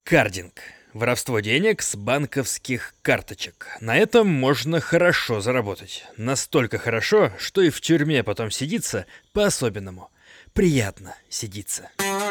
Кардинг. Воровство денег с банковских карточек. На этом можно хорошо заработать. Настолько хорошо, что и в тюрьме потом сидится по-особенному. Приятно сидится.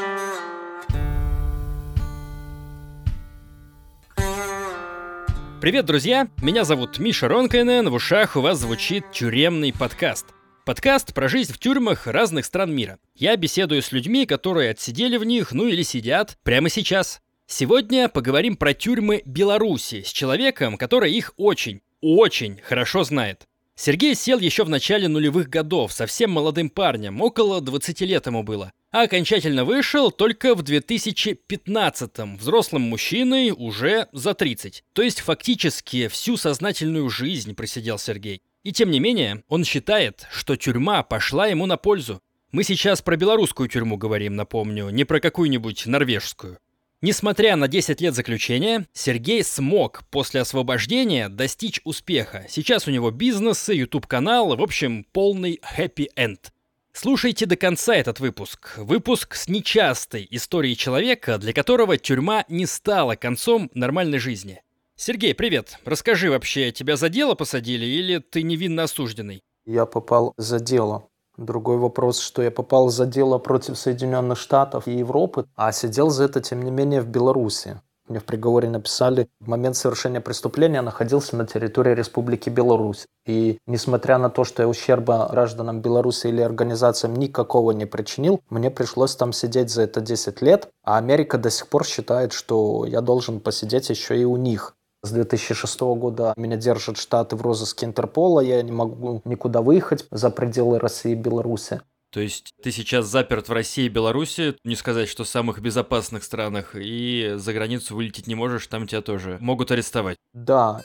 Привет, друзья! Меня зовут Миша Ронкайнен, в ушах у вас звучит тюремный подкаст. Подкаст про жизнь в тюрьмах разных стран мира. Я беседую с людьми, которые отсидели в них, или сидят прямо сейчас. Сегодня поговорим про тюрьмы Беларуси с человеком, который их очень хорошо знает. Сергей сел еще в начале нулевых годов, совсем молодым парнем, около 20 лет ему было. А окончательно вышел только в 2015-м, взрослым мужчиной уже за 30. То есть фактически всю сознательную жизнь просидел Сергей. И тем не менее, он считает, что тюрьма пошла ему на пользу. Мы сейчас про белорусскую тюрьму говорим, напомню, не про какую-нибудь норвежскую. Несмотря на 10 лет заключения, Сергей смог после освобождения достичь успеха. Сейчас у него бизнесы, YouTube-канал, в общем, полный хэппи-энд. Слушайте до конца этот выпуск. Выпуск с нечастой историей человека, для которого тюрьма не стала концом нормальной жизни. Сергей, привет. Расскажи вообще, тебя за дело посадили или ты невинно осужденный? Я попал за дело. Другой вопрос, что я попал за дело против Соединенных Штатов и Европы, а сидел за это, тем не менее, в Беларуси. Мне в приговоре написали, в момент совершения преступления находился на территории Республики Беларусь. И несмотря на то, что я ущерба гражданам Беларуси или организациям никакого не причинил, мне пришлось там сидеть за это 10 лет, а Америка до сих пор считает, что я должен посидеть еще и у них. С 2006 года меня держат Штаты в розыске Интерпола, я не могу никуда выехать за пределы России и Беларуси. То есть ты сейчас заперт в России и Беларуси, не сказать, что в самых безопасных странах, и за границу вылететь не можешь, там тебя тоже могут арестовать. Да.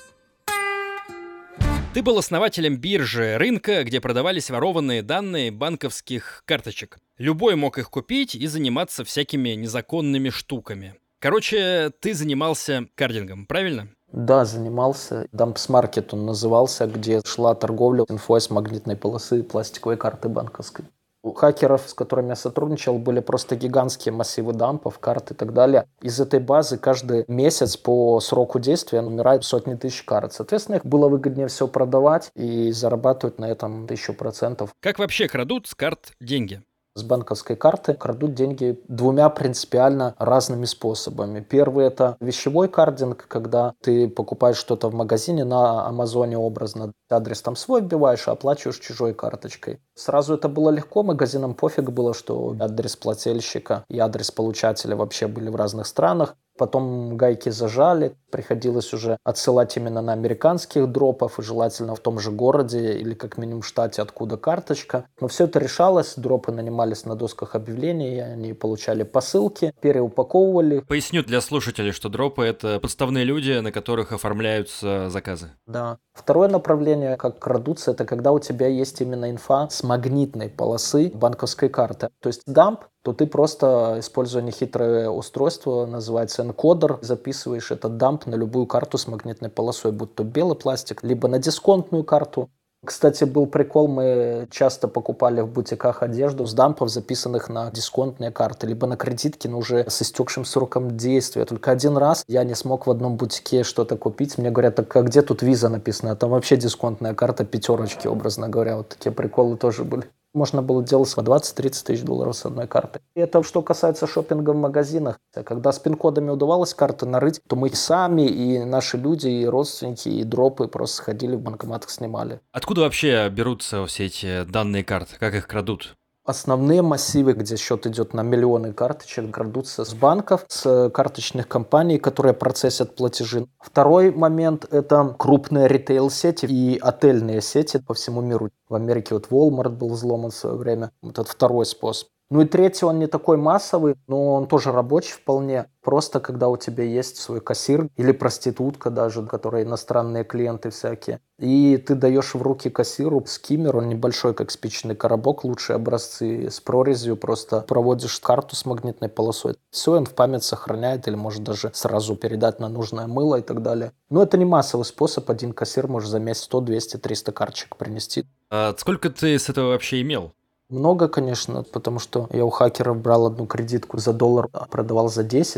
Ты был основателем биржи рынка, где продавались ворованные данные банковских карточек. Любой мог их купить и заниматься всякими незаконными штуками. Короче, ты занимался кардингом, правильно? Да, занимался. Дампс-маркет он назывался, где шла торговля инфой с магнитной полосы и пластиковой карты банковской. У хакеров, с которыми я сотрудничал, были просто гигантские массивы дампов, карт и так далее. Из этой базы каждый месяц по сроку действия умирают сотни тысяч карт. Соответственно, их было выгоднее все продавать и зарабатывать на этом 1000%. Как вообще крадут с карт деньги? С банковской карты крадут деньги двумя принципиально разными способами. Первый – это вещевой кардинг, когда ты покупаешь что-то в магазине на Амазоне образно. Адрес там свой вбиваешь, а оплачиваешь чужой карточкой. Сразу это было легко, магазинам пофиг было, что адрес плательщика и адрес получателя вообще были в разных странах. Потом гайки зажали, приходилось уже отсылать именно на американских дропов, и желательно в том же городе или как минимум штате, откуда карточка. Но все это решалось, дропы нанимались на досках объявлений, они получали посылки, переупаковывали. Поясню для слушателей, что дропы — это подставные люди, на которых оформляются заказы. Да. Второе направление, как крадутся, это когда у тебя есть именно инфа с магнитной полосы банковской карты. То есть дамп, то ты просто, используя нехитрое устройство, называется энкодер, записываешь этот дамп на любую карту с магнитной полосой, будь то белый пластик, либо на дисконтную карту. Кстати, был прикол, мы часто покупали в бутиках одежду с дампов, записанных на дисконтные карты, либо на кредитки, но уже с истекшим сроком действия. Только один раз я не смог в одном бутике что-то купить. Мне говорят, так а где тут виза написана? Там вообще дисконтная карта пятерочки, образно говоря. Вот такие приколы тоже были. Можно было делать по 20-30 тысяч долларов с одной карты. И это что касается шопинга в магазинах. Когда с пин-кодами удавалось карты нарыть, то мы сами, и наши люди, и родственники, и дропы просто сходили в банкоматах, снимали. Откуда вообще берутся все эти данные карт? Как их крадут? Основные массивы, где счет идет на миллионы карточек, крадутся с банков, с карточных компаний, которые процессят платежи. Второй момент – это крупные ритейл-сети и отельные сети по всему миру. В Америке вот Walmart был взломан в свое время. Вот это второй способ. Ну и третий, он не такой массовый, но он тоже рабочий вполне. Просто когда у тебя есть свой кассир или проститутка даже, которые иностранные клиенты всякие, и ты даешь в руки кассиру скиммер, он небольшой, как спичечный коробок, лучшие образцы с прорезью, просто проводишь карту с магнитной полосой. Все, он в память сохраняет или может даже сразу передать на нужное мыло и так далее. Но это не массовый способ, один кассир может за месяц 100, 200, 300 карточек принести. А сколько ты с этого вообще имел? Много, конечно, потому что я у хакеров брал одну кредитку за $1, а продавал за 10.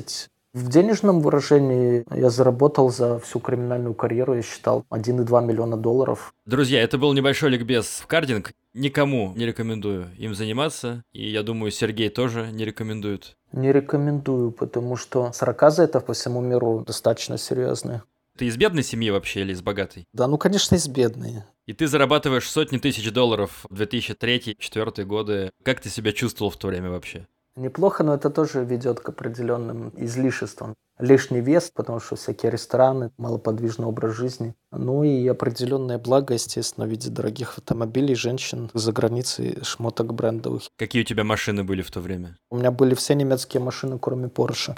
В денежном выражении я заработал за всю криминальную карьеру, я считал, 1,2 миллиона долларов. Друзья, это был небольшой ликбез в кардинг. Никому не рекомендую им заниматься. И я думаю, Сергей тоже не рекомендует. Не рекомендую, потому что сарказы это по всему миру достаточно серьезные. Ты из бедной семьи вообще или из богатой? Да, ну, конечно, из бедные. И ты зарабатываешь сотни тысяч долларов в 2003-2004 годы. Как ты себя чувствовал в то время вообще? Неплохо, но это тоже ведет к определенным излишествам. Лишний вес, потому что всякие рестораны, малоподвижный образ жизни. Ну и определенное благо, естественно, в виде дорогих автомобилей, женщин за границей, шмоток брендовых. Какие у тебя машины были в то время? У меня были все немецкие машины, кроме Porsche.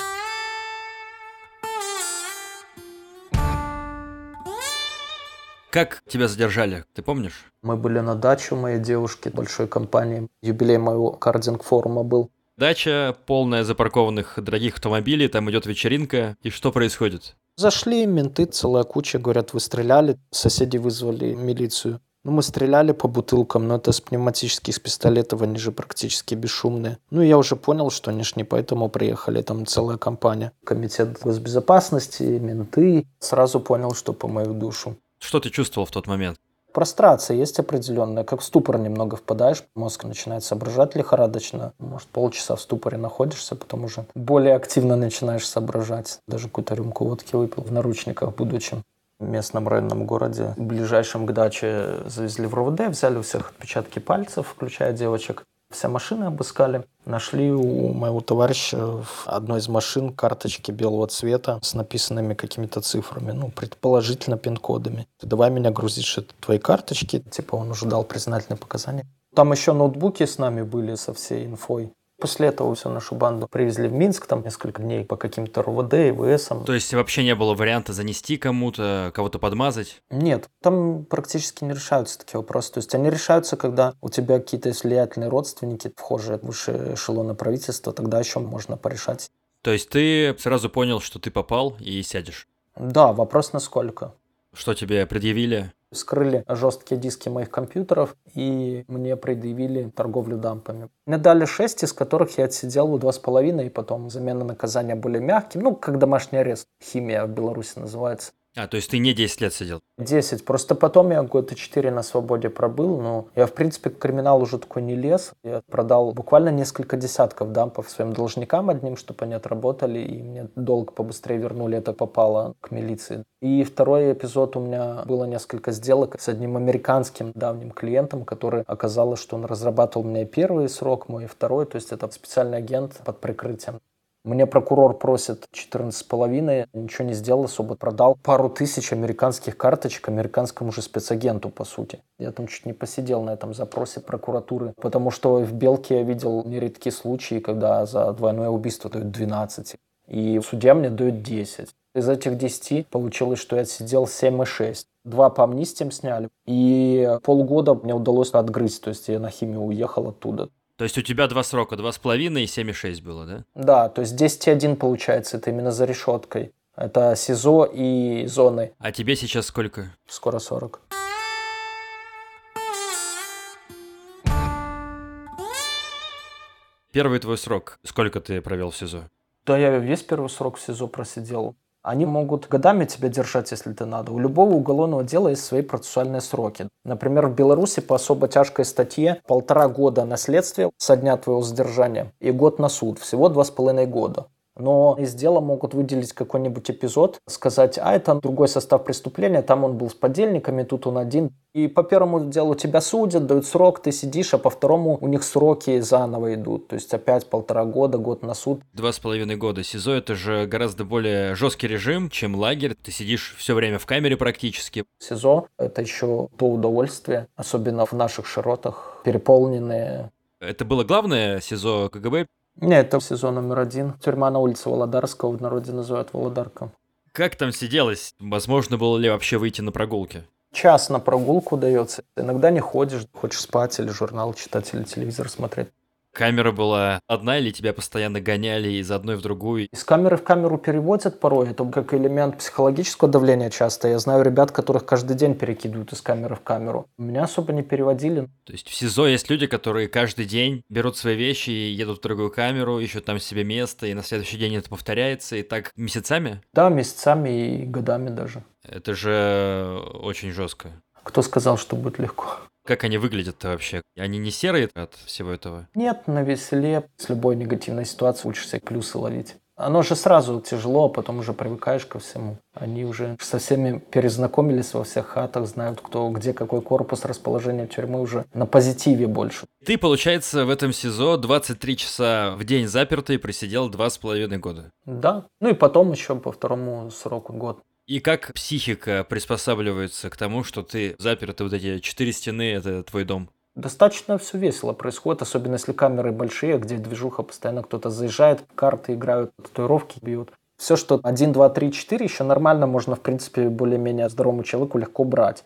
Как тебя задержали, ты помнишь? Мы были на даче у моей девушки, большой компании. Юбилей моего кардинг-форума был. Дача, полная запаркованных дорогих автомобилей, там идет вечеринка. И что происходит? Зашли менты, целая куча, говорят, вы стреляли. Соседи вызвали милицию. Ну, мы стреляли по бутылкам, но это с пневматических пистолетов, они же практически бесшумные. Ну, я уже понял, что они ж не поэтому приехали, там целая компания. Комитет госбезопасности, менты. Сразу понял, что по мою душу. Что ты чувствовал в тот момент? Прострация есть определенная, как в ступор немного впадаешь, мозг начинает соображать лихорадочно, может полчаса в ступоре находишься, потом уже более активно начинаешь соображать. Даже какую-то рюмку водки выпил в наручниках будучи. В местном районном городе, ближайшем к даче, завезли в РОВД, взяли у всех отпечатки пальцев, включая девочек. Все машины обыскали. Нашли у моего товарища в одной из машин карточки белого цвета с написанными какими-то цифрами, ну, предположительно пин-кодами. Ты давай меня грузить, что это твои карточки. Типа он уже дал признательные показания. Там еще ноутбуки с нами были со всей инфой. После этого всю нашу банду привезли в Минск, там несколько дней по каким-то РОВД и ВСам. То есть вообще не было варианта занести кому-то, кого-то подмазать? Нет, там практически не решаются такие вопросы. То есть они решаются, когда у тебя какие-то влиятельные родственники, вхожие в высшие эшелоны правительства, тогда еще можно порешать. То есть ты сразу понял, что ты попал и сядешь? Да, вопрос насколько. Что тебе предъявили? Вскрыли жесткие диски моих компьютеров и мне предъявили торговлю дампами. Мне дали 6, из которых я отсидел 2,5, и потом замена наказания более мягким. Ну, как домашний арест. Химия в Беларуси называется. То есть ты не 10 лет сидел? 10. Просто потом я года 4 на свободе пробыл. Но я, в принципе, к криминалу уже такой не лез. Я продал буквально несколько десятков дампов своим должникам одним, чтобы они отработали, и мне долг побыстрее вернули. Это попало к милиции. И второй эпизод у меня было несколько сделок с одним американским давним клиентом, который оказалось, что он разрабатывал мне первый срок, мой второй. То есть это специальный агент под прикрытием. Мне прокурор просит 14,5, ничего не сделал особо, продал пару тысяч американских карточек американскому же спецагенту, по сути. Я там чуть не посидел на этом запросе прокуратуры, потому что в Белке я видел нередкие случаи, когда за двойное убийство дают 12, и судья мне дает 10. Из этих 10 получилось, что я отсидел 7,6. 2 по амнистиям сняли, и полгода мне удалось отгрызть, то есть я на химию уехал оттуда. То есть у тебя 2 срока, 2,5 и 7,6 было, да? Да, то есть 10,1 получается, это именно за решеткой. Это СИЗО и зоны. А тебе сейчас сколько? Скоро 40. Первый твой срок. Сколько ты провел в СИЗО? Да, я весь первый срок в СИЗО просидел. Они могут годами тебя держать, если это надо. У любого уголовного дела есть свои процессуальные сроки. Например, в Беларуси по особо тяжкой статье 1,5 года на следствие со дня твоего задержания и год на суд. Всего 2,5 года. Но из дела могут выделить какой-нибудь эпизод, сказать, это другой состав преступления, там он был с подельниками, тут он один. И по первому делу тебя судят, дают срок, ты сидишь, а по второму у них сроки заново идут. То есть опять 1,5 года, год на суд. 2,5 года. СИЗО — это же гораздо более жесткий режим, чем лагерь. Ты сидишь все время в камере практически. СИЗО — это еще то удовольствие, особенно в наших широтах, переполненные. Это было главное СИЗО КГБ? Нет, это СИЗО номер 1. Тюрьма на улице Володарского, в народе называют Володарка. Как там сиделось? Возможно было ли вообще выйти на прогулки? Час на прогулку дается. Иногда не ходишь, хочешь спать или журнал читать, или телевизор смотреть. Камера была одна или тебя постоянно гоняли из одной в другую? Из камеры в камеру переводят порой. Это как элемент психологического давления часто. Я знаю ребят, которых каждый день перекидывают из камеры в камеру. Меня особо не переводили. То есть в СИЗО есть люди, которые каждый день берут свои вещи и едут в другую камеру, ищут там себе место, и на следующий день это повторяется, и так месяцами? Да, месяцами и годами даже. Это же очень жестко. Кто сказал, что будет легко? Как они выглядят-то вообще? Они не серые от всего этого? Нет, навеселе. С любой негативной ситуацией учишься плюсы ловить. Оно же сразу тяжело, а потом уже привыкаешь ко всему. Они уже со всеми перезнакомились во всех хатах, знают, кто где какой корпус, расположение тюрьмы уже на позитиве больше. Ты, получается, в этом СИЗО 23 часа в день запертый просидел 2,5 года. Да. Ну и потом еще по второму сроку год. И как психика приспосабливается к тому, что ты запертый, вот эти 4 стены, это твой дом? Достаточно все весело происходит, особенно если камеры большие, где движуха постоянно кто-то заезжает, карты играют, татуировки бьют. Все, что 1, 2, 3, 4, еще нормально можно, в принципе, более-менее здоровому человеку легко брать.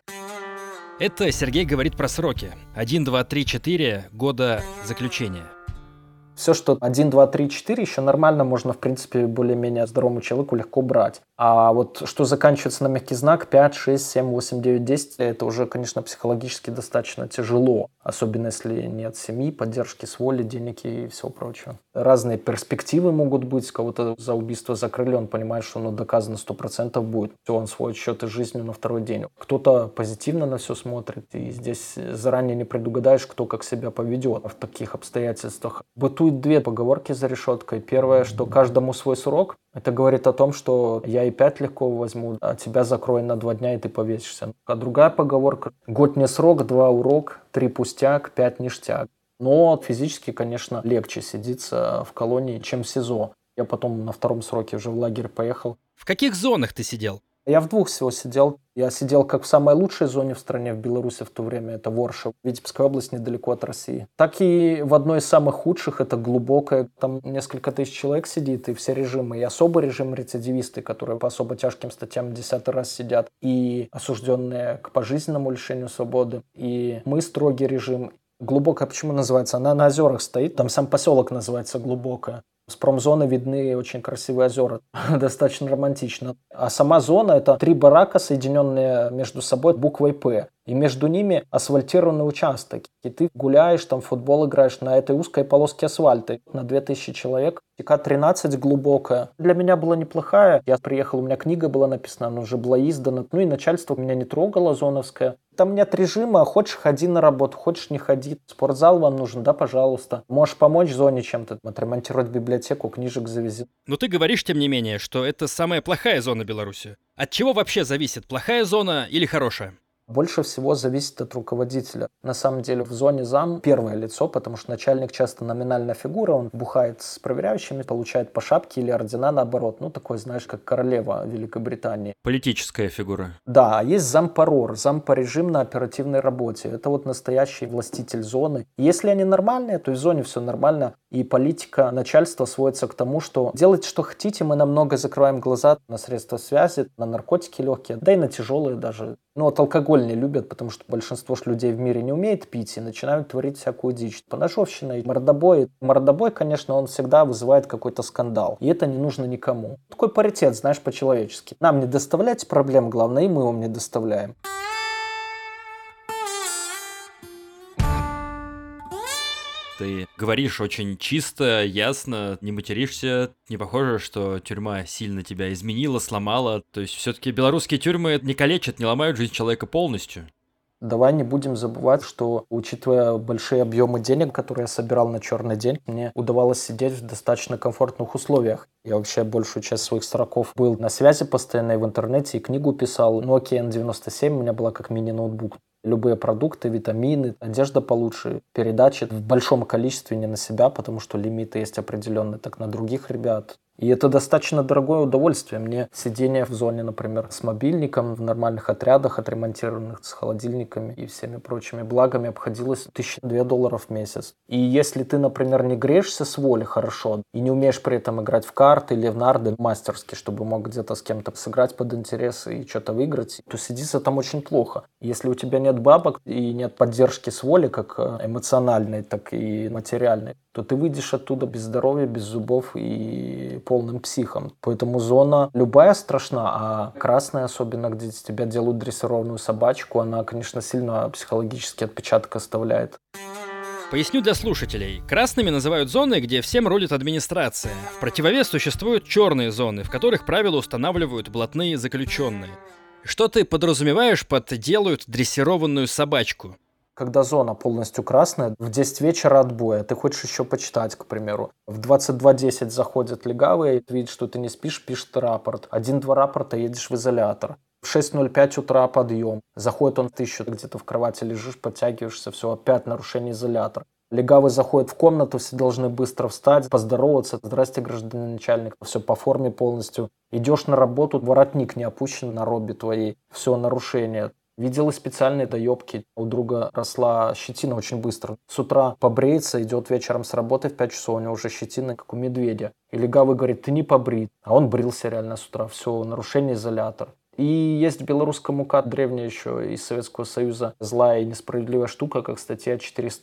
Это Сергей говорит про сроки. 1, 2, 3, 4 года заключения. Все, что 1, 2, 3, 4, еще нормально можно, в принципе, более-менее здоровому человеку легко брать. А вот что заканчивается на мягкий знак 5, 6, 7, 8, 9, 10, это уже, конечно, психологически достаточно тяжело. Особенно если нет семьи, поддержки с воли, денег и всего прочего. Разные перспективы могут быть. Кого-то за убийство закрыли, он понимает, что оно доказано 100% будет. Все, он сводит счеты жизнью на второй день. Кто-то позитивно на все смотрит. И здесь заранее не предугадаешь, кто как себя поведет в таких обстоятельствах. Бытует две поговорки за решеткой. Первое, что каждому свой срок. Это говорит о том, что я и 5 легко возьму, а тебя закрою на 2 дня, и ты повесишься. А другая поговорка. Год не срок, 2 урок, 3 пустяк, 5 ништяк. Но физически, конечно, легче сидится в колонии, чем в СИЗО. Я потом на втором сроке уже в лагерь поехал. В каких зонах ты сидел? Я в двух всего сидел. Я сидел как в самой лучшей зоне в стране, в Беларуси в то время, это Воршав, Витебская область, недалеко от России. Так и в одной из самых худших, это глубокая, там несколько тысяч человек сидит, и все режимы. И особый режим рецидивисты, которые по особо тяжким статьям 10-й раз сидят, и осужденные к пожизненному лишению свободы, и мы строгий режим. Глубокая почему называется? Она на озерах стоит, там сам поселок называется Глубокая. С промзоны видны очень красивые озера, достаточно романтично. А сама зона – это 3 барака, соединенные между собой буквой «П». И между ними асфальтированный участок. И ты гуляешь, там в футбол играешь на этой узкой полоске асфальта. На 2000 человек. ТК-13 глубокая. Для меня была неплохая. Я приехал, у меня книга была написана, она уже была издана. Ну и начальство меня не трогало, зоновское. Там нет режима, хочешь ходи на работу, хочешь не ходи. Спортзал вам нужен, да, пожалуйста. Можешь помочь зоне чем-то, отремонтировать библиотеку, книжек завези. Но ты говоришь, тем не менее, что это самая плохая зона Беларуси. От чего вообще зависит, плохая зона или хорошая? Больше всего зависит от руководителя. На самом деле в зоне зам первое лицо, потому что начальник часто номинальная фигура, он бухает с проверяющими, получает по шапке или ордена наоборот. Ну, такой, знаешь, как королева Великобритании. Политическая фигура. Да, а есть зампорор, зам по режимно-оперативной работе. Это вот настоящий властитель зоны. Если они нормальные, то и в зоне все нормально. И политика начальства сводится к тому, что делайте, что хотите, мы намного закрываем глаза на средства связи, на наркотики легкие, да и на тяжелые даже. Ну вот алкоголь не любят, потому что большинство ж людей в мире не умеет пить и начинают творить всякую дичь. Поножовщина и мордобой. Мордобой, конечно, он всегда вызывает какой-то скандал. И это не нужно никому. Такой паритет, знаешь, по-человечески. Нам не доставлять проблем, главное, и мы вам не доставляем. Ты говоришь очень чисто, ясно, не материшься. Не похоже, что тюрьма сильно тебя изменила, сломала. То есть все-таки белорусские тюрьмы не калечат, не ломают жизнь человека полностью. Давай не будем забывать, что, учитывая большие объемы денег, которые я собирал на черный день, мне удавалось сидеть в достаточно комфортных условиях. Я вообще большую часть своих сроков был на связи постоянно и в интернете, и книгу писал. Nokia N97 у меня была как мини-ноутбук. Любые продукты, витамины, одежда получше, передачи в большом количестве не на себя, потому что лимиты есть определенные, так на других ребят. И это достаточно дорогое удовольствие. Мне сидение в зоне, например, с мобильником в нормальных отрядах, отремонтированных с холодильниками и всеми прочими благами обходилось $1002 в месяц. И если ты, например, не греешься с воли хорошо и не умеешь при этом играть в карты или в нарды мастерски, чтобы мог где-то с кем-то сыграть под интересы и что-то выиграть, то сидится там очень плохо. Если у тебя нет бабок и нет поддержки с воли, как эмоциональной, так и материальной, то ты выйдешь оттуда без здоровья, без зубов и полным психом. Поэтому зона любая страшна, а красная, особенно где из тебя делают дрессированную собачку, она, конечно, сильно психологический отпечаток оставляет. Поясню для слушателей. Красными называют зоны, где всем рулит администрация. В противовес существуют черные зоны, в которых правила устанавливают блатные заключенные. Что ты подразумеваешь под «делают дрессированную собачку»? Когда зона полностью красная, в 10 вечера отбоя, ты хочешь еще почитать, к примеру. В 22:10 заходят легавые, видят, что ты не спишь, пишет рапорт. 1-2 рапорта, едешь в изолятор. В 6:05 утра подъем. Заходит он, ты еще где-то в кровати лежишь, подтягиваешься, все, опять нарушение изолятора. Легавый заходит в комнату, все должны быстро встать, поздороваться. Здрасте, гражданин начальник. Все по форме полностью. Идешь на работу, воротник не опущен на робе твоей. Все, нарушение. Видела специальные доебки. У друга росла щетина очень быстро. С утра побреется, идет вечером с работы в 5 часов, у него уже щетина, как у медведя. И легавый говорит, ты не побрит. А он брился реально с утра. Все, нарушение изолятор. И есть белорусская мука, древняя еще из Советского Союза, злая и несправедливая штука, как статья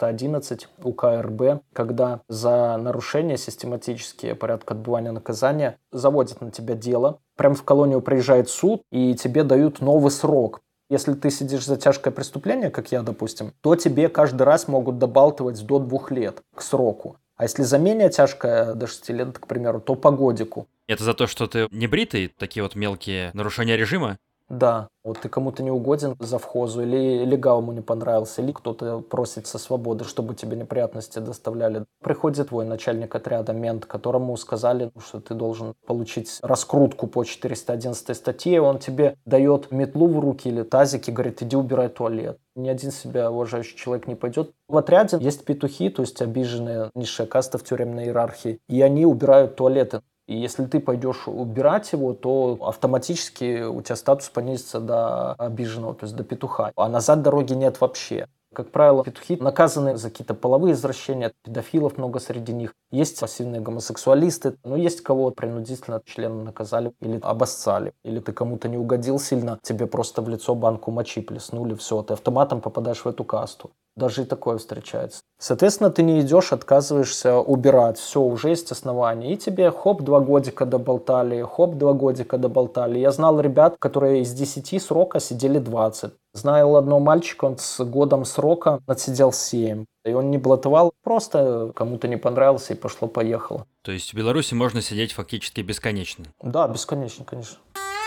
411 УК РБ, когда за нарушение систематические порядка отбывания наказания заводят на тебя дело. Прям в колонию приезжает суд, и тебе дают новый срок. Если ты сидишь за тяжкое преступление, как я, допустим, то тебе каждый раз могут добалтывать до 2 лет к сроку. А если за менее тяжкое, до 6 лет, к примеру, то по годику. Это за то, что ты не бритый, такие вот мелкие нарушения режима? Да, вот ты кому-то не угоден завхозу, или легавому не понравился, или кто-то просит со свободы, чтобы тебе неприятности доставляли. Приходит твой начальник отряда, мент, которому сказали, что ты должен получить раскрутку по 411 статье, он тебе дает метлу в руки или тазик и говорит, иди убирай туалет. Ни один себя уважающий человек не пойдет. В отряде есть петухи, то есть обиженные низшая каста в тюремной иерархии, и они убирают туалеты. И если ты пойдешь убирать его, то автоматически у тебя статус понизится до обиженного, то есть до петуха. А назад дороги нет вообще. Как правило, петухи наказаны за какие-то половые извращения, педофилов много среди них. Есть пассивные гомосексуалисты, но есть кого принудительно членом наказали или обоссали. Или ты кому-то не угодил сильно, тебе просто в лицо банку мочи плеснули, все, ты автоматом попадаешь в эту касту. Даже и такое встречается. Соответственно, ты не идешь, отказываешься убирать. Все, уже есть основания. И тебе хоп, 2 годика доболтали, хоп, 2 годика доболтали. Я знал ребят, которые из 10 срока сидели 20. Знал одного мальчика, он с годом срока отсидел 7. И он не блатовал, просто кому-то не понравился и пошло-поехало. То есть в Беларуси можно сидеть фактически бесконечно? Да, бесконечно, конечно.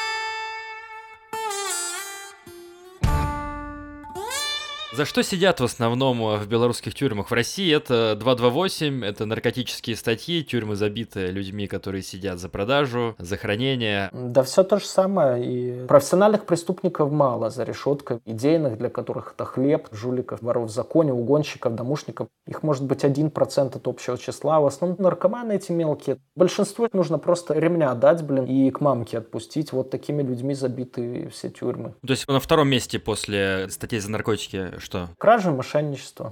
За что сидят в основном в белорусских тюрьмах? В России это 228, это наркотические статьи, тюрьмы забиты людьми, которые сидят за продажу, за хранение. Да все то же самое. И профессиональных преступников мало за решеткой. Идейных, для которых это хлеб, жуликов, воров в законе, угонщиков, домушников. Их может быть 1% от общего числа. В основном наркоманы эти мелкие. Большинству нужно просто ремня дать, и к мамке отпустить. Вот такими людьми забиты все тюрьмы. То есть на втором месте после статей за наркотики что? Кража, мошенничество.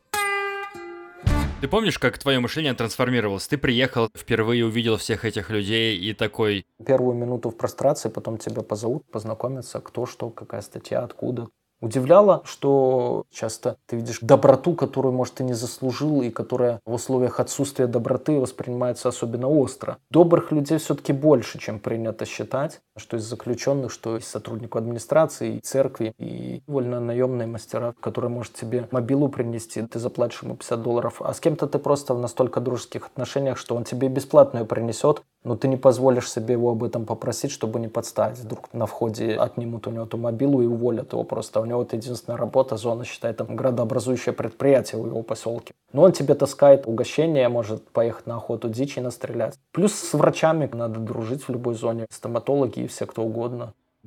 Ты помнишь, как твое мышление трансформировалось? Ты приехал, впервые увидел всех этих людей и такой... Первую минуту в прострации, потом тебя позовут, познакомиться, кто, что, какая статья, откуда. Удивляло, что часто ты видишь доброту, которую, может, ты не заслужил, и которая в условиях отсутствия доброты воспринимается особенно остро. Добрых людей все-таки больше, чем принято считать, что из заключенных, что из сотрудников администрации, и церкви, и вольнонаемные мастера, которые, может, тебе мобилу принести, ты заплатишь ему $50, а с кем-то ты просто в настолько дружеских отношениях, что он тебе бесплатно ее принесет, но ты не позволишь себе его об этом попросить, чтобы не подставить. Вдруг на входе отнимут у него эту мобилу и уволят его просто. У него это единственная работа, зона, считай, там градообразующее предприятие в его поселке. Но он тебе таскает угощение, может поехать на охоту дичи настрелять. Плюс с врачами надо дружить в любой зоне, стоматологи и все кто угодно.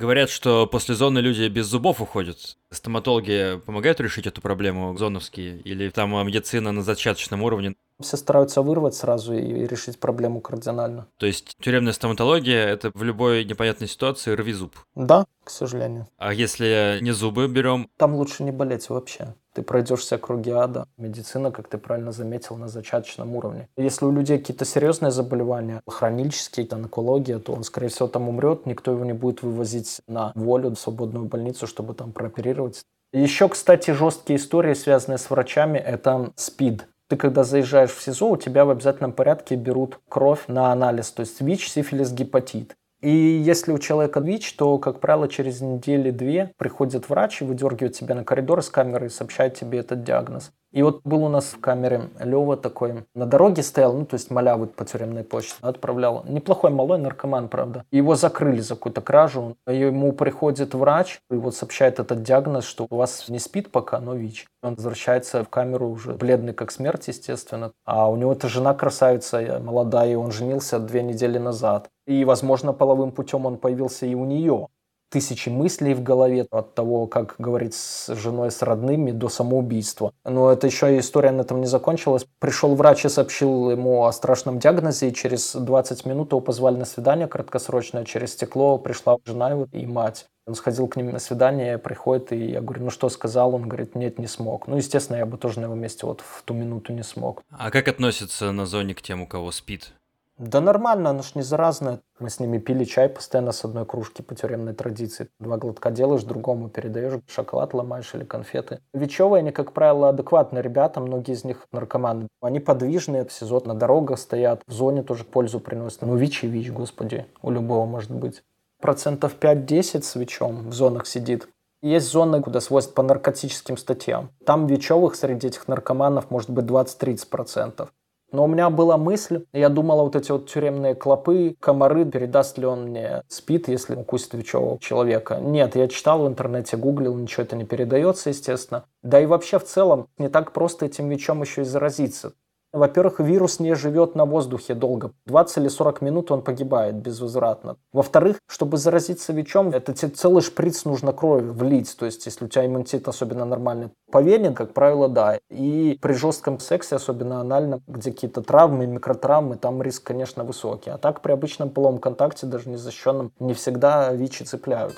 Говорят, что после зоны люди без зубов уходят. Стоматологи помогают решить эту проблему, зоновские? Или там медицина на зачаточном уровне? Все стараются вырвать сразу и решить проблему кардинально. То есть тюремная стоматология – это в любой непонятной ситуации рви зуб? Да, к сожалению. А если не зубы берем? Там лучше не болеть вообще. Ты пройдешь все круги ада. Медицина, как ты правильно заметил, на зачаточном уровне. Если у людей какие-то серьезные заболевания, хронические, онкология, то он, скорее всего, там умрет. Никто его не будет вывозить на волю, в свободную больницу, чтобы там прооперировать. Еще, кстати, жесткие истории, связанные с врачами, это СПИД. Ты, когда заезжаешь в СИЗО, у тебя в обязательном порядке берут кровь на анализ, то есть ВИЧ, сифилис, гепатит. И если у человека ВИЧ, то, как правило, через недели-две приходит врач и выдергивает тебя на коридор из камеры и сообщает тебе этот диагноз. И вот был у нас в камере Лёва такой, на дороге стоял, то есть маляву по тюремной почте отправлял. Неплохой малой наркоман, правда. Его закрыли за какую-то кражу. Ему приходит врач и вот сообщает этот диагноз, что у вас не СПИД пока, но ВИЧ. Он возвращается в камеру уже бледный как смерть, естественно. А у него-то жена красавица, молодая, и он женился 2 недели назад. И, возможно, половым путем он появился и у нее. Тысячи мыслей в голове от того, как говорить с женой, с родными, до самоубийства. Но это еще и история на этом не закончилась. Пришел врач и сообщил ему о страшном диагнозе, и через 20 минут его позвали на свидание краткосрочное. Через стекло пришла жена его и мать. Он сходил к ним на свидание, приходит, и я говорю, ну что сказал? Он говорит, нет, не смог. Ну, естественно, я бы тоже на его месте вот в ту минуту не смог. А как относятся на зоне к тем, у кого СПИД? Да нормально, оно ж не заразное. Мы с ними пили чай постоянно с одной кружки по тюремной традиции. 2 глотка делаешь, другому передаешь, шоколад ломаешь или конфеты. Вечевые, они, как правило, адекватные ребята, многие из них наркоманы. Они подвижные, в СИЗО на дорогах стоят, в зоне тоже пользу приносят. Ну, ВИЧ и ВИЧ, господи, у любого может быть. 5-10% с ВИЧом в зонах сидит. Есть зоны, куда свозят по наркотическим статьям. Там ВИЧевых среди этих наркоманов может быть 20-30%. Но у меня была мысль, я думала, вот эти вот тюремные клопы, комары, передаст ли он мне СПИД, если укусит ВИЧевого человека. Нет, я читал в интернете, гуглил, ничего это не передается, естественно. Да и вообще в целом не так просто этим ВИЧом еще и заразиться. Во-первых, вирус не живет на воздухе долго. 20 или 40 минут он погибает безвозвратно. Во-вторых, чтобы заразиться ВИЧом, это тебе целый шприц нужно крови влить. То есть, если у тебя иммунитет особенно нормальный. По вене, как правило, да. И при жестком сексе, особенно анальном, где какие-то травмы, микротравмы, там риск, конечно, высокий. А так при обычном половом контакте, даже незащищенном, не всегда ВИЧи цепляют.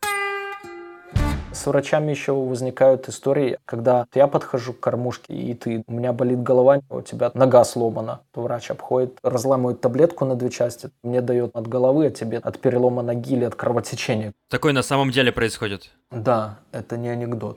С врачами еще возникают истории, когда я подхожу к кормушке, и у меня болит голова, у тебя нога сломана. То врач обходит, разламывает таблетку на 2 части, мне дает от головы, а тебе от перелома ноги или от кровотечения. Такое на самом деле происходит? Да, это не анекдот.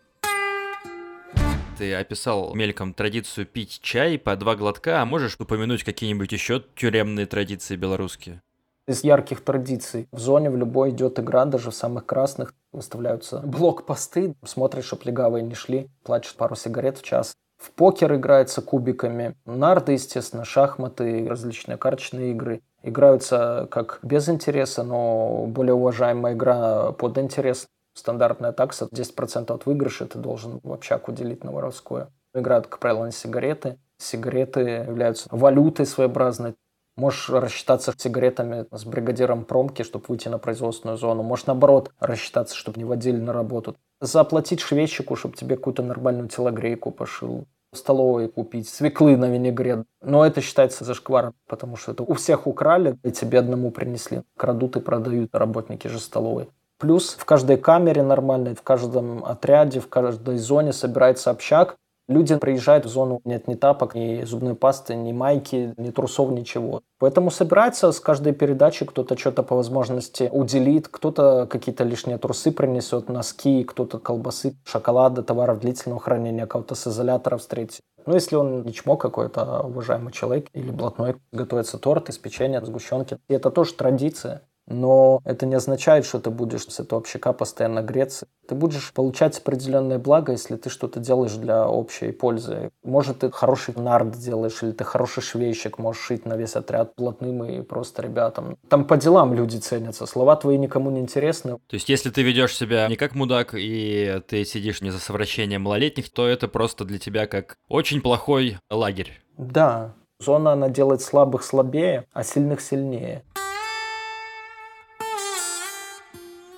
Ты описал мельком традицию пить чай по 2 глотка, а можешь упомянуть какие-нибудь еще тюремные традиции белорусские? Из ярких традиций. В зоне в любой идет игра, даже в самых красных выставляются блокпосты. Смотришь, чтоб легавые не шли, платишь пару сигарет в час. В покер играется кубиками. Нарды, естественно, шахматы, различные карточные игры. Играются как без интереса, но более уважаемая игра под интерес. Стандартная такса 10% от выигрыша ты должен в общак уделить на воровскую. Играют, как правило, на сигареты. Сигареты являются валютой своеобразной. Можешь рассчитаться сигаретами с бригадиром промки, чтобы выйти на производственную зону. Можешь, наоборот, рассчитаться, чтобы не водили на работу. Заплатить швейщику, чтобы тебе какую-то нормальную телогрейку пошил. В столовой купить свеклы на винегрет. Но это считается зашкваром, потому что это у всех украли и тебе одному принесли. Крадут и продают работники же столовой. Плюс в каждой камере нормальной, в каждом отряде, в каждой зоне собирается общак. Люди приезжают в зону, нет ни тапок, ни зубной пасты, ни майки, ни трусов, ничего. Поэтому собирается с каждой передачи, кто-то что-то по возможности уделит, кто-то какие-то лишние трусы принесет, носки, кто-то колбасы, шоколада, товаров длительного хранения, кого-то с изолятора встретит. Ну, если он не чмо какой-то, а уважаемый человек или блатной, готовится торт из печенья, сгущенки. И это тоже традиция. Но это не означает, что ты будешь с этого общака постоянно греться. Ты будешь получать определенное благо, если ты что-то делаешь для общей пользы. Может, ты хороший нард делаешь, или ты хороший швейщик, можешь шить на весь отряд блатным и просто ребятам. Там по делам люди ценятся, слова твои никому не интересны. То есть, если ты ведешь себя не как мудак, и ты сидишь не за совращение малолетних, то это просто для тебя как очень плохой лагерь. Да, зона, она делает слабых слабее, а сильных сильнее.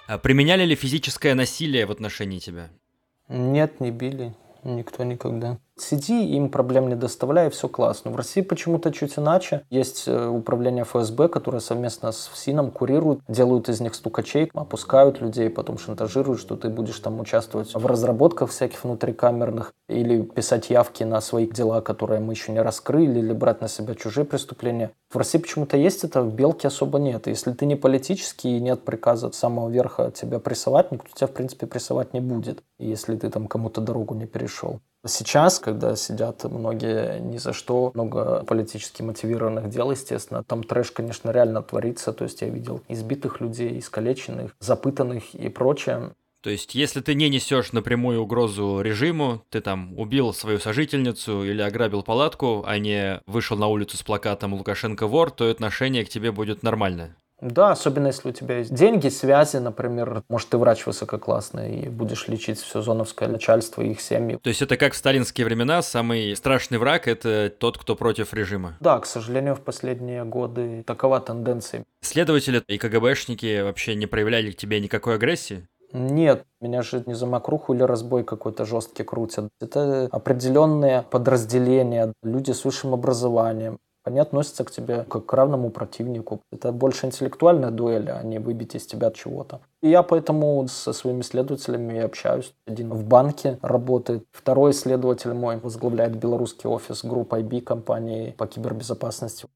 А применяли ли физическое насилие в отношении тебя? Нет, не били. Никто никогда. Сиди, им проблем не доставляй, все классно. В России почему-то чуть иначе. Есть управление ФСБ, которое совместно с ФСИНом курируют, делают из них стукачей, опускают людей, потом шантажируют, что ты будешь там участвовать в разработках всяких внутрикамерных или писать явки на свои дела, которые мы еще не раскрыли, или брать на себя чужие преступления. В России почему-то есть это, в Белке особо нет. Если ты не политический и нет приказа от самого верха тебя прессовать, никто тебя, в принципе, прессовать не будет, если ты там кому-то дорогу не перешел. Сейчас, когда сидят многие ни за что, много политически мотивированных дел, естественно, там трэш, конечно, реально творится. То есть я видел избитых людей, искалеченных, запытанных и прочее. То есть, если ты не несешь напрямую угрозу режиму, ты там убил свою сожительницу или ограбил палатку, а не вышел на улицу с плакатом «Лукашенко вор», то отношение к тебе будет нормальное. Да, особенно если у тебя есть деньги, связи, например. Может, ты врач высококлассный и будешь лечить все зоновское начальство и их семьи. То есть это как в сталинские времена, самый страшный враг — это тот, кто против режима? Да, к сожалению, в последние годы такова тенденция. Следователи и КГБшники вообще не проявляли к тебе никакой агрессии? Нет, меня же не за мокруху или разбой какой-то жесткий крутят. Это определенные подразделения, люди с высшим образованием. Они относятся к тебе как к равному противнику. Это больше интеллектуальная дуэль, а не выбить из тебя чего-то. И я поэтому со своими следователями общаюсь. Один в банке работает, второй следователь мой возглавляет белорусский офис группы IB компании по кибербезопасности.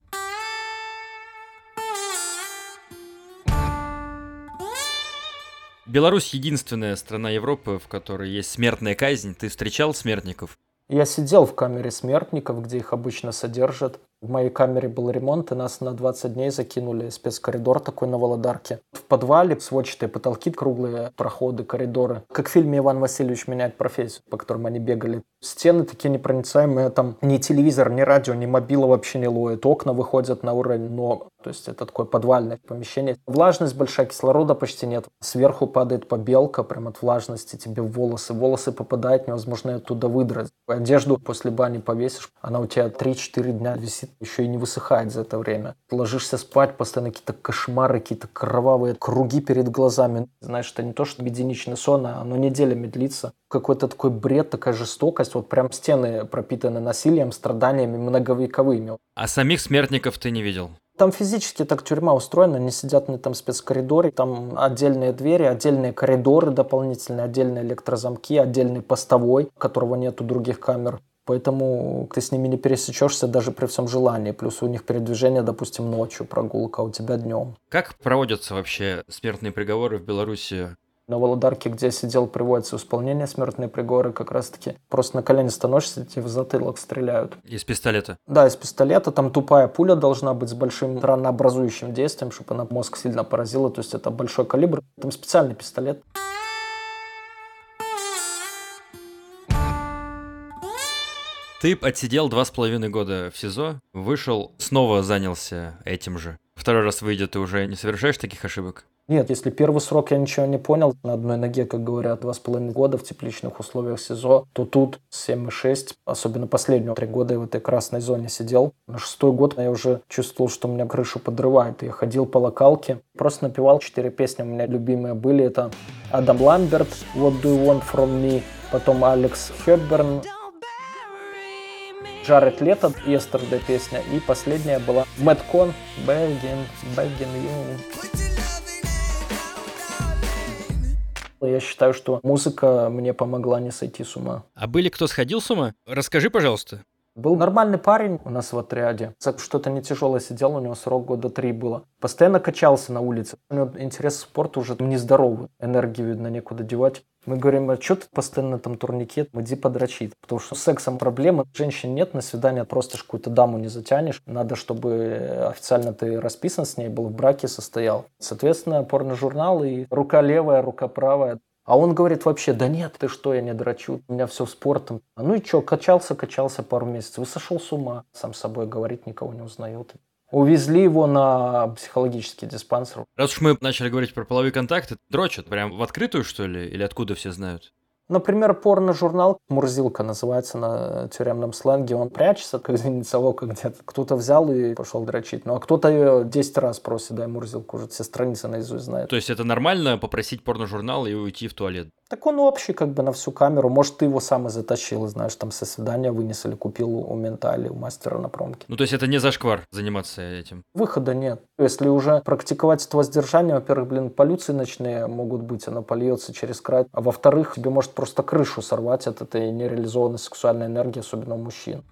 Беларусь — единственная страна Европы, в которой есть смертная казнь. Ты встречал смертников? Я сидел в камере смертников, где их обычно содержат. В моей камере был ремонт, и нас на 20 дней закинули в спецкоридор такой на Володарке. В подвале сводчатые потолки, круглые проходы, коридоры. Как в фильме «Иван Васильевич меняет профессию», по которым они бегали. Стены такие непроницаемые, там ни телевизор, ни радио, ни мобила вообще не ловит. Окна выходят на уровень ног. То есть это такое подвальное помещение. Влажность большая, кислорода почти нет. Сверху падает побелка прям от влажности тебе в волосы. Волосы попадают, невозможно оттуда выдрать. Одежду после бани повесишь, она у тебя 3-4 дня висит, еще и не высыхает за это время. Ты ложишься спать, постоянно какие-то кошмары, какие-то кровавые круги перед глазами. Знаешь, это не то, что единичный сон, а оно неделями длится. Какой-то такой бред, такая жестокость. Вот прям стены пропитаны насилием, страданиями многовековыми. А самих смертников ты не видел? Там физически так тюрьма устроена, они сидят на там спецкоридоре, там отдельные двери, отдельные коридоры дополнительные, отдельные электрозамки, отдельный постовой, которого нет у других камер. Поэтому ты с ними не пересечешься даже при всем желании. Плюс у них передвижение, допустим, ночью прогулка, а у тебя днем. Как проводятся вообще смертные приговоры в Беларуси? На Володарке, где я сидел, приводится в исполнение смертные приговоры, как раз-таки просто на колени становишься, тебе в затылок стреляют. Из пистолета? Да, из пистолета. Там тупая пуля должна быть с большим ранообразующим действием, чтобы она мозг сильно поразила. То есть это большой калибр. Там специальный пистолет. Ты отсидел 2,5 года в СИЗО, вышел, снова занялся этим же. Второй раз выйдя, ты уже не совершаешь таких ошибок? Нет, если первый срок я ничего не понял, на одной ноге, как говорят, 2,5 года в тепличных условиях СИЗО, то тут 7,6, особенно последние 3 года я в этой красной зоне сидел. На 6-й год я уже чувствовал, что у меня крышу подрывает. Я ходил по локалке, просто напевал 4 песни, у меня любимые были. Это Адам Ламберт, What Do You Want From Me, потом Алекс Хепберн, Джаред Лето, Yesterday песня, и последняя была Мэтт Кон, Begging You. Я считаю, что музыка мне помогла не сойти с ума. А были кто сходил с ума? Расскажи, пожалуйста. Был нормальный парень у нас в отряде. За что-то не тяжелое сидел, у него срок года 3 было. Постоянно качался на улице. У него интерес к спорту уже нездоровый. Энергию, видно, некуда девать. Мы говорим, а что ты постоянно там турникет, иди подрочить. Потому что с сексом проблемы. Женщин нет, на свидание просто ж какую-то даму не затянешь. Надо, чтобы официально ты расписан с ней, был в браке, состоял. Соответственно, порножурнал и рука левая, рука правая. А он говорит вообще, да нет, ты что, я не дрочу, у меня все спортом. Ну и что, качался пару месяцев и сошел с ума. Сам с собой говорит, никого не узнает. Увезли его на психологический диспансер. Раз уж мы начали говорить про половые контакты, дрочат прям в открытую, что ли? Или откуда все знают? Например, порно-журнал «Мурзилка» называется на тюремном сленге. Он прячется, как зеницелока где-то. Кто-то взял и пошел дрочить. Ну, а кто-то ее 10 раз просит, дай «Мурзилку», уже все страницы наизусть знает. То есть это нормально попросить порно-журнал и уйти в туалет? Так он общий, как бы на всю камеру. Может, ты его сам и затащил, знаешь, там со свидания вынес или купил у мента или у мастера на промке. Ну, то есть это не зашквар заниматься этим? Выхода нет. Если уже практиковать это воздержание, во-первых, полюции ночные могут быть, оно польется через край. А во-вторых, тебе может просто крышу сорвать от этой нереализованной сексуальной энергии, особенно у мужчин.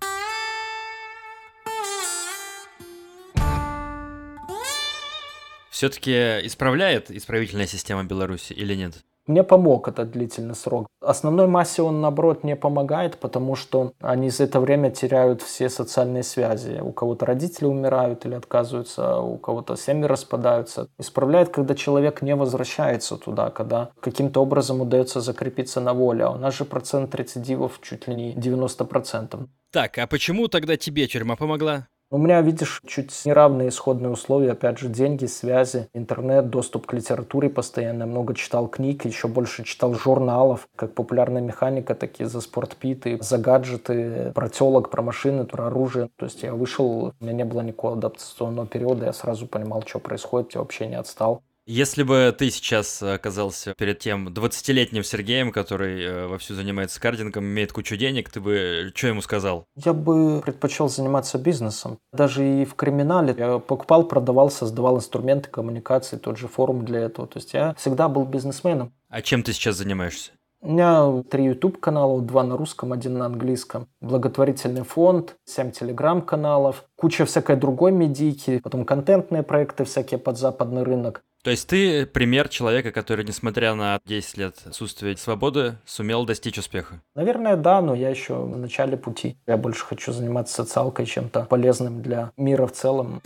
Все-таки исправляет исправительная система Беларуси или нет? Мне помог этот длительный срок. Основной массе он, наоборот, не помогает, потому что они за это время теряют все социальные связи. У кого-то родители умирают или отказываются, у кого-то семьи распадаются. Исправляет, когда человек не возвращается туда, когда каким-то образом удается закрепиться на воле. А у нас же процент рецидивов чуть ли не 90%. Так, а почему тогда тебе тюрьма помогла? У меня, видишь, чуть неравные исходные условия. Опять же, деньги, связи, интернет, доступ к литературе постоянно. Много читал книг, еще больше читал журналов, как «Популярная механика», такие за спортпиты, за гаджеты, про телок, про машины, про оружие. То есть я вышел, у меня не было никакого адаптационного периода, я сразу понимал, что происходит, я вообще не отстал. Если бы ты сейчас оказался перед тем 20-летним Сергеем, который вовсю занимается кардингом, имеет кучу денег, ты бы что ему сказал? Я бы предпочел заниматься бизнесом. Даже и в криминале я покупал, продавал, создавал инструменты коммуникации, тот же форум для этого. То есть я всегда был бизнесменом. А чем ты сейчас занимаешься? У меня 3 YouTube-канала, 2 на русском, 1 на английском. Благотворительный фонд, 7 телеграм-каналов, куча всякой другой медийки, потом контентные проекты всякие под западный рынок. То есть ты пример человека, который, несмотря на 10 лет отсутствия свободы, сумел достичь успеха? Наверное, да, но я еще в начале пути. Я больше хочу заниматься социалкой, чем-то полезным для мира в целом.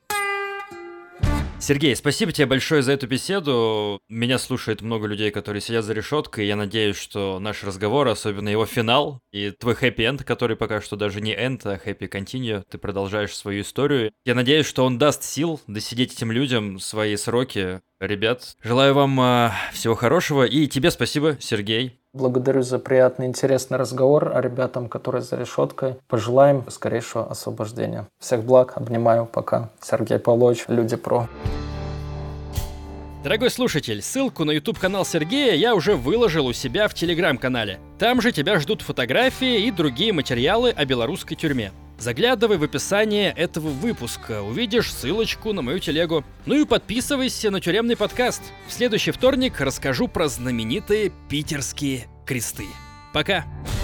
Сергей, спасибо тебе большое за эту беседу. Меня слушает много людей, которые сидят за решеткой. Я надеюсь, что наш разговор, особенно его финал, и твой хэппи-энд, который пока что даже не энд, а хэппи-континью, ты продолжаешь свою историю. Я надеюсь, что он даст сил досидеть этим людям свои сроки. Ребят, желаю вам всего хорошего, и тебе спасибо, Сергей. Благодарю за приятный, интересный разговор, а ребятам, которые за решеткой, пожелаем скорейшего освобождения. Всех благ, обнимаю, пока. Сергей Павлович, Люди.про. Дорогой слушатель, ссылку на YouTube-канал Сергея я уже выложил у себя в Telegram-канале. Там же тебя ждут фотографии и другие материалы о белорусской тюрьме. Заглядывай в описание этого выпуска, увидишь ссылочку на мою телегу. Ну и подписывайся на тюремный подкаст. В следующий вторник расскажу про знаменитые питерские кресты. Пока!